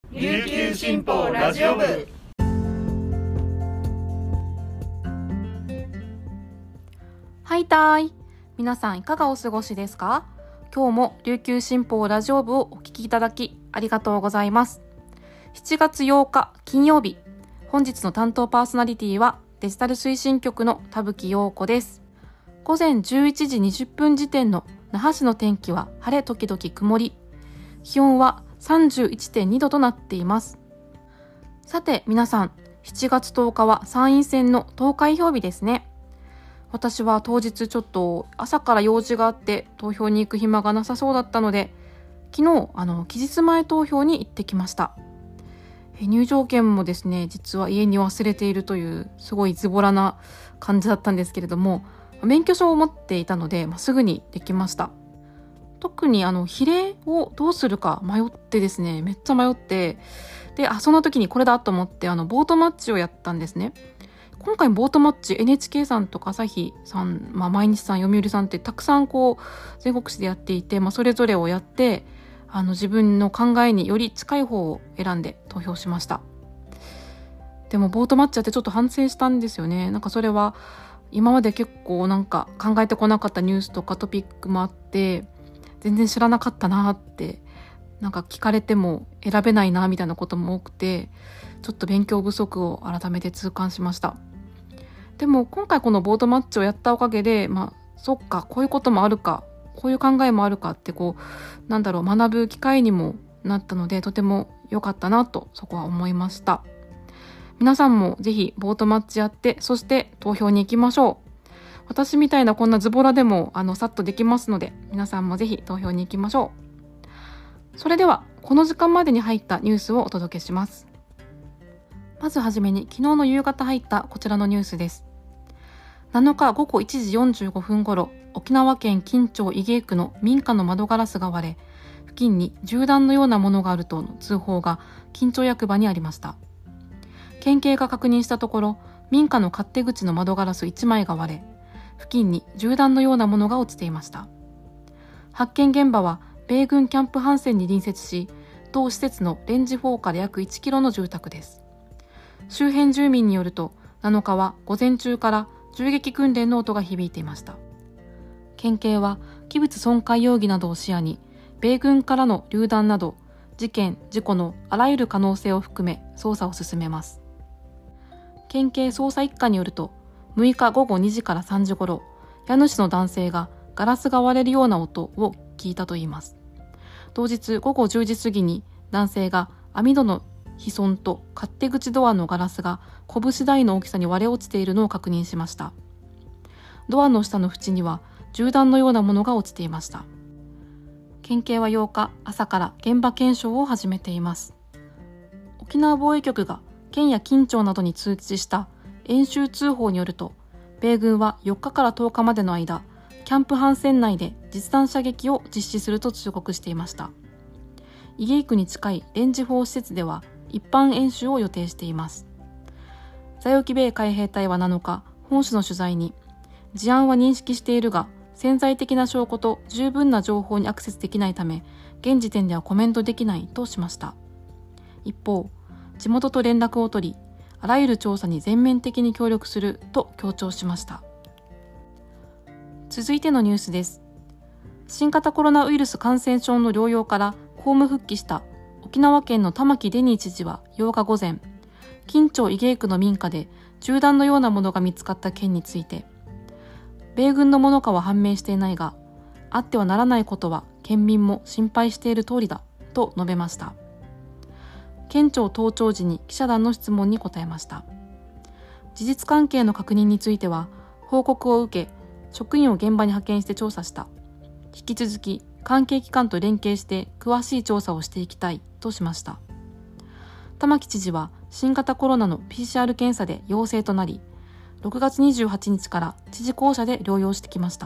琉球新報ラジオ部。 はいたーい、皆さんいかがお過ごしですか？今日も琉球新報ラジオ部をお聞きいただきありがとうございます。7月8日金曜日、本日の担当パーソナリティはデジタル推進局の田吹陽子です。午前11時20分時点の那覇市の天気は晴れ時々曇り、気温は31.2 度となっています。さて皆さん、7月10日は参院選の投開票日ですね。私は当日ちょっと朝から用事があって投票に行く暇がなさそうだったので、昨日期日前投票に行ってきました。入場券もですね、実は家に忘れているというすごいズボラな感じだったんですけれども、免許証を持っていたので、すぐにできました。特に比例をどうするか迷ってですね、めっちゃ迷って、でその時にこれだと思ってボートマッチをやったんですね。今回ボートマッチ NHK さんとか朝日さん、毎日さん、読売さんってたくさん全国紙でやっていて、それぞれをやって自分の考えにより近い方を選んで投票しました。でもボートマッチやってちょっと反省したんですよね。それは今まで結構考えてこなかったニュースとかトピックもあって、全然知らなかったなって、聞かれても選べないなみたいなことも多くて、ちょっと勉強不足を改めて痛感しました。でも今回このボートマッチをやったおかげで、そっか、こういうこともあるか、こういう考えもあるかって学ぶ機会にもなったので、とても良かったなとそこは思いました。皆さんもぜひボートマッチやって、そして投票に行きましょう。私みたいなこんなズボラでもさっとできますので、皆さんもぜひ投票に行きましょう。それではこの時間までに入ったニュースをお届けします。まずはじめに昨日の夕方入ったこちらのニュースです。7日午後1時45分ごろ、沖縄県金武町伊芸区の民家の窓ガラスが割れ、付近に銃弾のようなものがあるとの通報が金武町役場にありました。県警が確認したところ、民家の勝手口の窓ガラス1枚が割れ、付近に銃弾のようなものが落ちていました。発見現場は米軍キャンプハンセンに隣接し、同施設のレンジ4から約1キロの住宅です。周辺住民によると、7日は午前中から銃撃訓練の音が響いていました。県警は器物損壊容疑などを視野に、米軍からの榴弾など事件・事故のあらゆる可能性を含め捜査を進めます。県警捜査一課によると、6日午後2時から3時ごろ、家主の男性がガラスが割れるような音を聞いたといいます。同日午後10時過ぎに男性が網戸の被損と勝手口ドアのガラスが拳大の大きさに割れ落ちているのを確認しました。ドアの下の縁には銃弾のようなものが落ちていました。県警は8日朝から現場検証を始めています。沖縄防衛局が県や金武町などに通知した演習通報によると、米軍は4日から10日までの間、キャンプハンセン内で実弾射撃を実施すると通告していました。伊芸区に近いレンジ4施設では一般演習を予定しています。在沖米海兵隊は7日、本市の取材に、事案は認識しているが、潜在的な証拠と十分な情報にアクセスできないため、現時点ではコメントできないとしました。一方、地元と連絡を取り、あらゆる調査に全面的に協力すると強調しました。続いてのニュースです。新型コロナウイルス感染症の療養から公務復帰した沖縄県の玉城デニー知事は8日午前、金武町伊芸区の民家で銃弾のようなものが見つかった件について、米軍のものかは判明していないが、あってはならないことは県民も心配している通りだと述べました。県庁登庁時に記者団の質問に答えました。事実関係の確認については、報告を受け、職員を現場に派遣して調査した。引き続き、関係機関と連携して詳しい調査をしていきたいとしました。玉城知事は新型コロナの PCR 検査で陽性となり、6月28日から知事公舎で療養してきました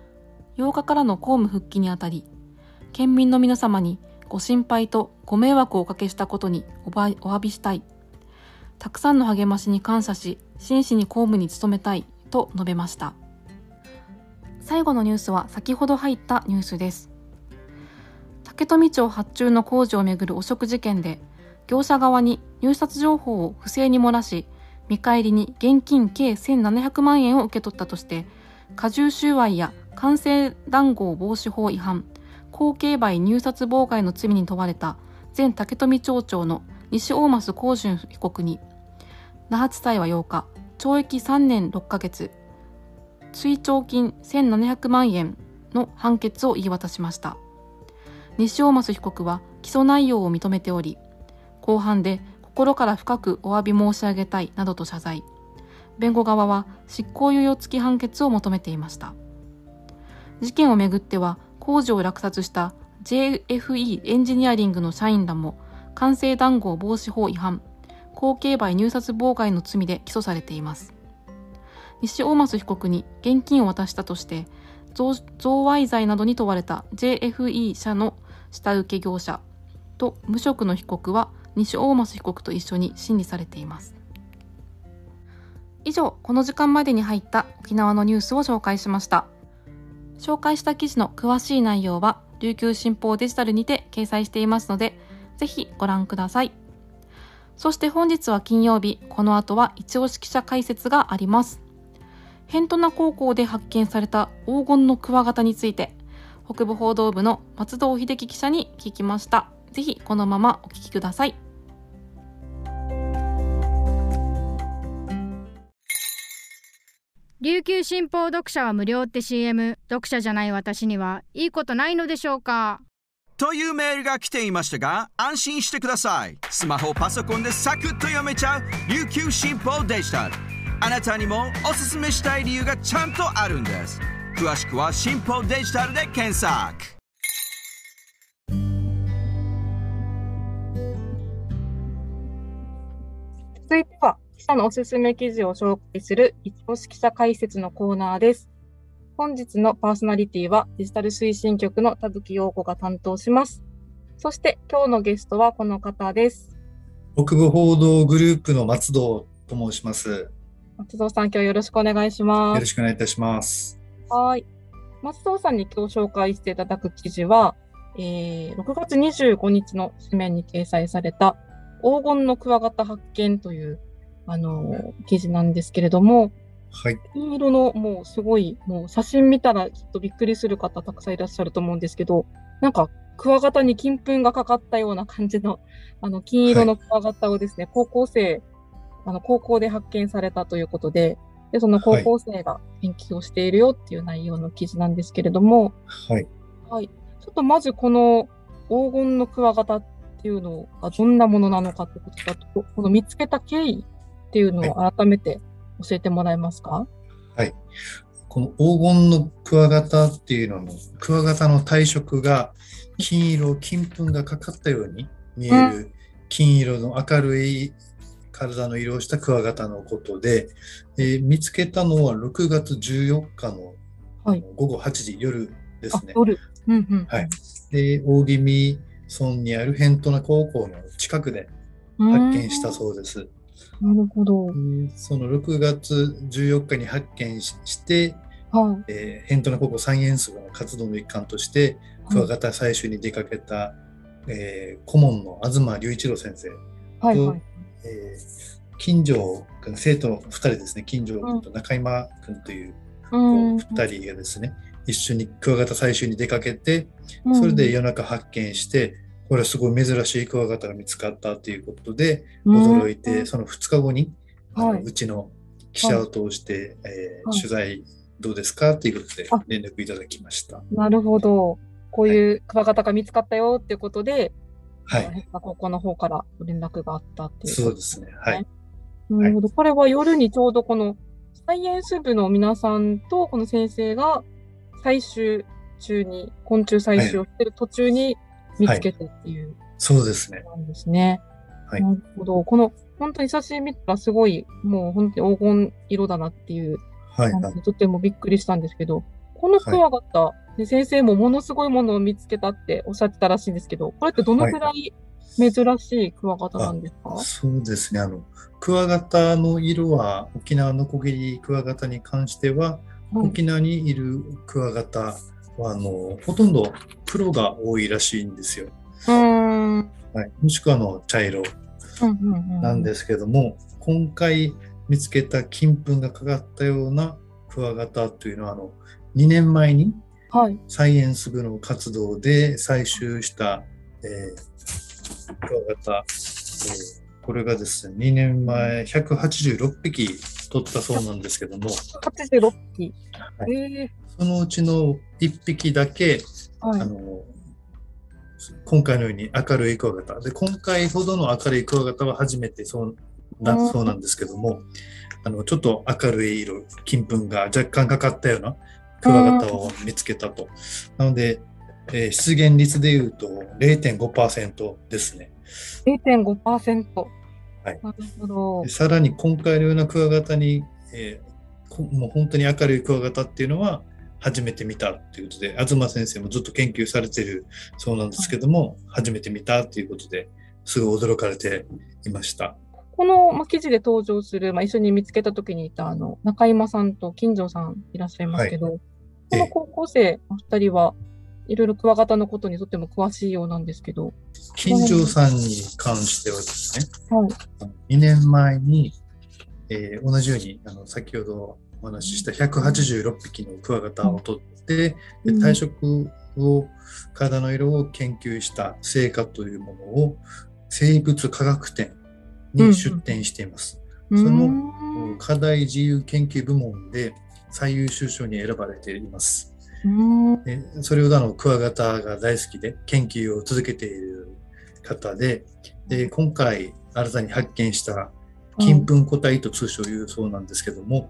。8日からの公務復帰にあたり、県民の皆様にご心配とご迷惑をおかけしたことにお詫びしたい。たくさんの励ましに感謝し、真摯に公務に努めたいと述べました。最後のニュースは先ほど入ったニュースです。竹富町発注の工事をめぐる汚職事件で、 業者側に入札情報を不正に漏らし、見返りに現金計1700万円を受け取ったとして、加重収賄や官製談合防止法違反、公競売入札妨害の罪に問われた前竹富町長の西大舛浩順被告に、那覇地裁は8日、懲役3年6ヶ月、追徴金1700万円の判決を言い渡しました。西大舛被告は起訴内容を認めており、公判で心から深くお詫び申し上げたいなどと謝罪。弁護側は執行猶予付き判決を求めていました。事件をめぐっては、工事を落札した JFE エンジニアリングの社員らも官製談合防止法違反、公競売入札妨害の罪で起訴されています。西大舛被告に現金を渡したとして贈賄罪などに問われた JFE 社の下請け業者と無職の被告は西大舛被告と一緒に審理されています。以上、この時間までに入った沖縄のニュースを紹介しました。紹介した記事の詳しい内容は琉球新報デジタルにて掲載していますので、ぜひご覧ください。そして本日は金曜日、この後は一押し記者解説があります。辺土名高校で発見された黄金のクワガタについて、北部報道部の松戸秀樹記者に聞きました。ぜひこのままお聞きください。 琉球新報読者は無料って CM、 読者じゃない私にはいいことないのでしょうかというメールが来ていましたが、安心してください。スマホパソコンでサクッと読めちゃう琉球新報デジタル。あなたにもおすすめしたい理由がちゃんとあるんです。詳しくは新報デジタルで検索。 続いては記者のおすすめ記事を紹介する一押し記者解説のコーナーです。本日のパーソナリティはデジタル推進局の田吹陽子が担当します。そして今日のゲストはこの方です。 北部報道グループの松戸と申します。 松戸さん、今日はよろしくお願いします。 よろしくお願いいたします。 はい。松戸さんに今日紹介していただく記事は、6月25日の紙面に掲載された黄金のクワガタ発見という記事なんですけれども、 はい。 金色のもうすごい、もう写真見たらきっとびっくりする方たくさんいらっしゃると思うんですけど、なんかクワガタに金粉がかかったような感じの金色のクワガタをですね、高校で発見されたということで、その高校生が研究をしているよっていう内容の記事なんですけれども、 はい。 はい。ちょっとまずこの黄金のクワガタっていうのがどんなものなのかということだと、この見つけた経緯っていうのを改めて教えてもらえますか？ はい。この黄金のクワガタっていうのの、クワガタの体色が金粉がかかったように見える金色の明るい体の色をしたクワガタのことで、見つけたのは6月14日の午後8時、夜ですね。 夜。 はい。で、大宜味村にある辺土名高校の近くで発見したそうです。 なるほど。 その6月14日に発見して、辺土名高校サイエンス部の活動の一環としてクワガタ採取に出かけた、顧問の東隆一郎先生と、金城君、生徒の2人ですね、金城君と中山君という2人がですね、一緒にクワガタ採取に出かけて、それで夜中発見して、これはすごい珍しいクワガタが見つかったということで驚いて、その2日後にうちの記者を通して、取材どうですかということで連絡いただきました。 なるほど。こういうクワガタが見つかったよっていうことで、 はい、 高校の方から連絡があったっていう、 そうですね。はい。 なるほど。これは夜にちょうどこのサイエンス部の皆さんとこの先生が採集中に、昆虫採集をしている途中に見つけたっていう、 そうですね。 なんですね。 はい。 なるほど。この本当に写真見たらすごいもう本当に黄金色だなっていう、とてもびっくりしたんですけど、このクワガタ、先生もものすごいものを見つけたっておっしゃってたらしいんですけど、これってどのくらい珍しいクワガタなんですか？ そうですね。クワガタの色は沖縄のコゲリクワガタに関しては、沖縄にいるクワガタはほとんど黒が多いらしいんですよ。 はい、もしくは茶色なんですけども、今回見つけた金粉がかかったようなクワガタというのは2年前にサイエンス部の活動で採集した、クワガタ、これがですね2年前186匹取ったそうなんですけども、 86匹、 はい、そのうちの1匹だけ、今回のように明るいクワガタで、今回ほどの明るいクワガタは初めてそうなんですけども、ちょっと明るい色、金粉が若干かかったようなクワガタを見つけたと。なので、出現率でいうと 0.5% ですね。 0.5%。 はい。 なるほど。 さらに今回のようなクワガタに、もう本当に明るいクワガタっていうのは初めて見たということで、東先生もずっと研究されているそうなんですけども、初めて見たということですごい驚かれていました。 この記事で登場する、一緒に見つけた時にいた中山さんと金城さんいらっしゃいますけど、この高校生お二人はいろいろクワガタのことにとっても詳しいようなんですけど、 金城さんに関してはですね、2年前に、同じように先ほどお話しした186匹のクワガタを取って、体色を、体の色を研究した成果というものを生物科学展に出展しています。その課題自由研究部門で最優秀賞に選ばれています。それをクワガタが大好きで研究を続けている方で、今回新たに発見した金粉個体と通称言うそうなんですけども、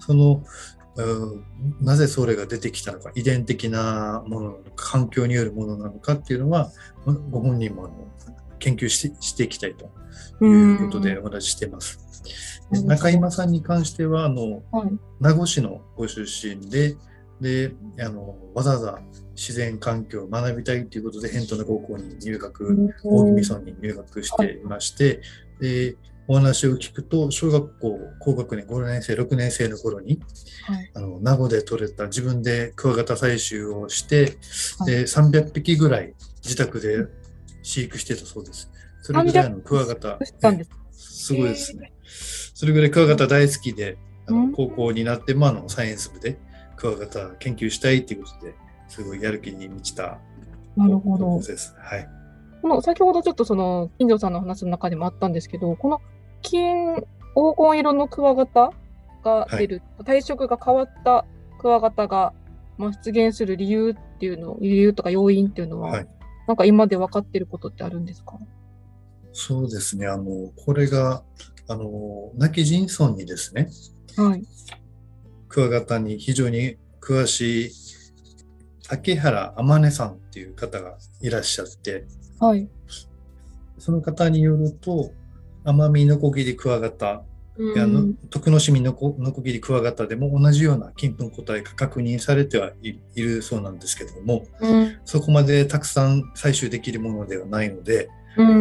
なぜそれが出てきたのか、遺伝的なものなのか、環境によるものなのかっていうのはご本人も研究していきたいということでお話ししています。中今さんに関しては名護市のご出身で、わざわざ自然環境を学びたいということで辺土名高校に入学、大宜味村に入学していまして、でお話を聞くと小学校高学年5年生6年生の頃に、名護で採れた自分でクワガタ採集をして、で300匹ぐらい自宅で飼育してたそうです。それぐらいクワガタ、すごいですね。それぐらいクワガタ大好きで、高校になってもサイエンス部でクワガタ研究したいということですごいやる気に満ちた高校です。はい。 先ほどちょっと金城さんの話の中でもあったんですけど、この黄金色のクワガタが出る、体色が変わったクワガタが出現する理由とか要因っていうのは、なんか今で分かっていることってあるんですか？ そうですね。これが亡き人村にですね、クワガタに非常に詳しい竹原天音さんっていう方がいらっしゃって、その方によるとアマミノコギリクワガタ、徳之島ノコギリクワガタでも同じような金粉個体が確認されてはいるそうなんですけども、そこまでたくさん採集できるものではないので、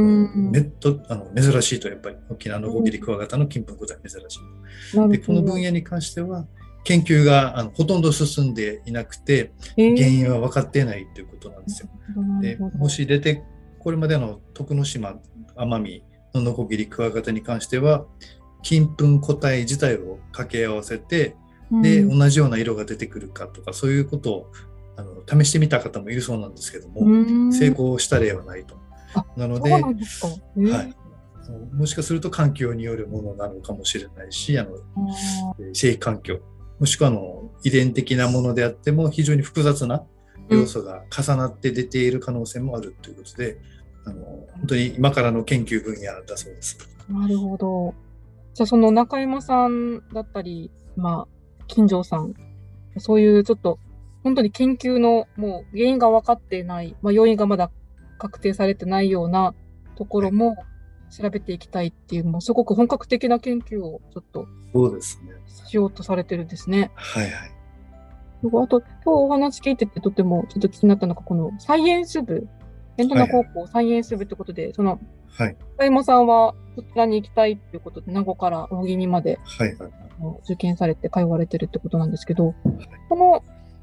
珍しいと。やっぱり沖縄のノコギリクワガタの金粉個体は珍しい。でこの分野に関しては研究がほとんど進んでいなくて、原因は分かっていないということなんですよ。でもしこれまでの徳之島奄美のノコギリクワガタに関しては金粉個体自体を掛け合わせて、で同じような色が出てくるかとか、そういうことを試してみた方もいるそうなんですけども、成功した例はないと。なので、もしかすると環境によるものなのかもしれないし、生育環境、もしくは遺伝的なものであっても非常に複雑な要素が重なって出ている可能性もあるということで、本当に今からの研究分野だそうです。 なるほど。じゃあその中山さんだったり、金城さん、そういうちょっと本当に研究のもう原因が分かっていない、要因がまだ確定されてないようなところも調べていきたいっていう、もうすごく本格的な研究をちょっとしようとされてるんですね。あと今日お話聞いててとてもちょっと気になったのが、このサイエンス部、辺土名高校サイエンス部ということで、中山さんはこちらに行きたいということで名護から大宜味まで受験されて通われてるってことなんですけど、この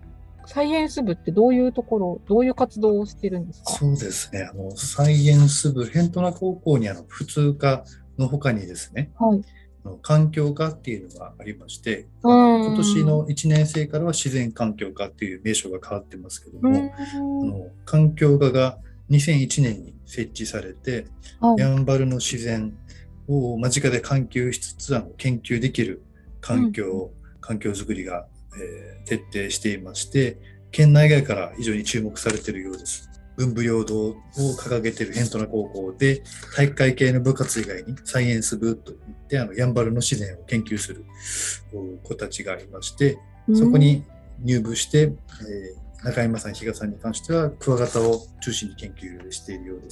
サイエンス部ってどういう活動をしているんですか？ そうですね。サイエンス部、辺土名高校に普通科の他にですね、 はい。 環境科っていうのがありまして、 今今年の1年生からは自然環境科っていう名称が変わってますけども、環境科が2001年に設置されて、やんばるの自然を間近で探求しつつ研究できる環境づくりが、徹底していまして、県内外から非常に注目されているようです。文武両道を掲げている辺土名高校で、体育会系の部活以外にサイエンス部といってやんばるの自然を研究する子たちがいまして、そこに入部して、中山さん、比嘉さんに関してはクワガタを中心に研究しているようです。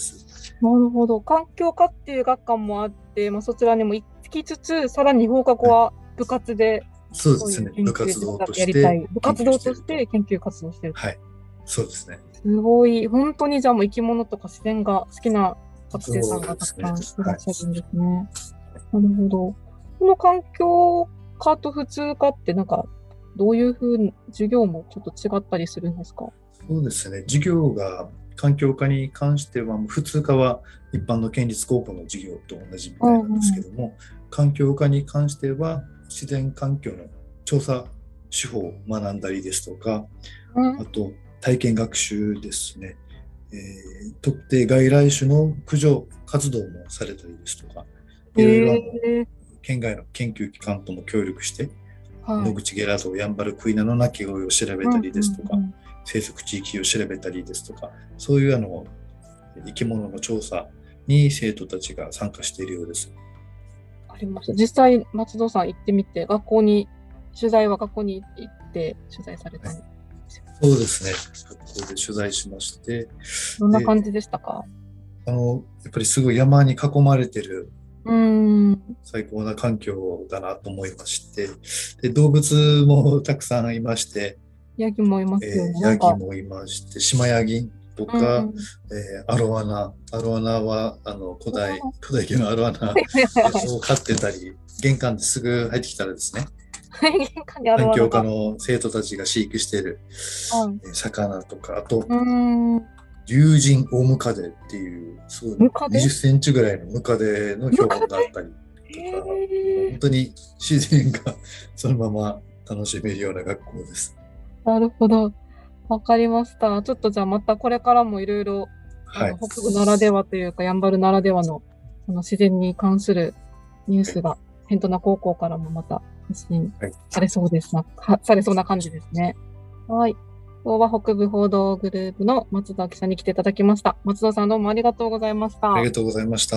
なるほど。環境科っていう学科もあって、そちらにも行きつつ、さらに放課後は部活で、 そうですね。部活動として研究活動している。 はい。そうですね。 すごい。本当にじゃあもう生き物とか自然が好きな学生さんがたくさんいらっしゃるんですね。なるほど。この環境科と普通科ってどういうふうに授業もちょっと違ったりするんですか？ そうですね。授業が環境科に関しては、普通科は一般の県立高校の授業と同じみたいなんですけども、環境科に関しては自然環境の調査手法を学んだりですとか、あと体験学習ですね。特定外来種の駆除活動もされたりですとか、いろいろ県外の研究機関とも協力して、野口ゲラゾウ、ヤンバルクイナの鳴き声を調べたりですとか、生息地域を調べたりですとか、そういう生き物の調査に生徒たちが参加しているようです。 ありました。実際、松戸さん行ってみて、学校に行って取材されたんですよ。 そうですね。学校で取材しまして。 どんな感じでしたか？ やっぱりすごい山に囲まれてる最高な環境だなと思いまして、で動物もたくさんいまして、 ヤギもいますよね。 ヤギもいまして、シマヤギとか、アロワナは古代魚のアロワナを飼ってたり、玄関ですぐ入ってきたらですね、環境科の生徒たちが飼育している魚とか、あと竜神オオムカデっていうすごい20センチぐらいのムカデの標本があったりとか、本当に自然がそのまま楽しめるような学校です。 なるほど、わかりました。ちょっとじゃあまたこれからもいろいろ北部ならではというか、やんばるならではのその自然に関するニュースが辺土名高校からもまた発信されそうな感じですね。はい。今日は北部報道グループの松田記者に来ていただきました。松田さん、どうもありがとうございました。 ありがとうございました。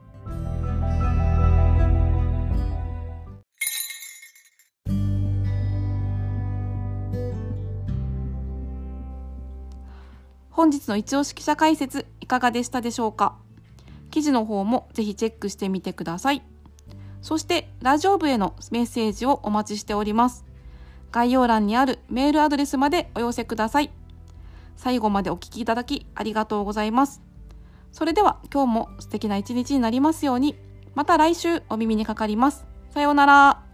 本日の一押し記者解説いかがでしたでしょうか？記事の方もぜひチェックしてみてください。そしてラジオ部へのメッセージをお待ちしております。概要欄にあるメールアドレスまでお寄せください。最後までお聞きいただきありがとうございます。それでは今日も素敵な一日になりますように。また来週お耳にかかります。さようなら。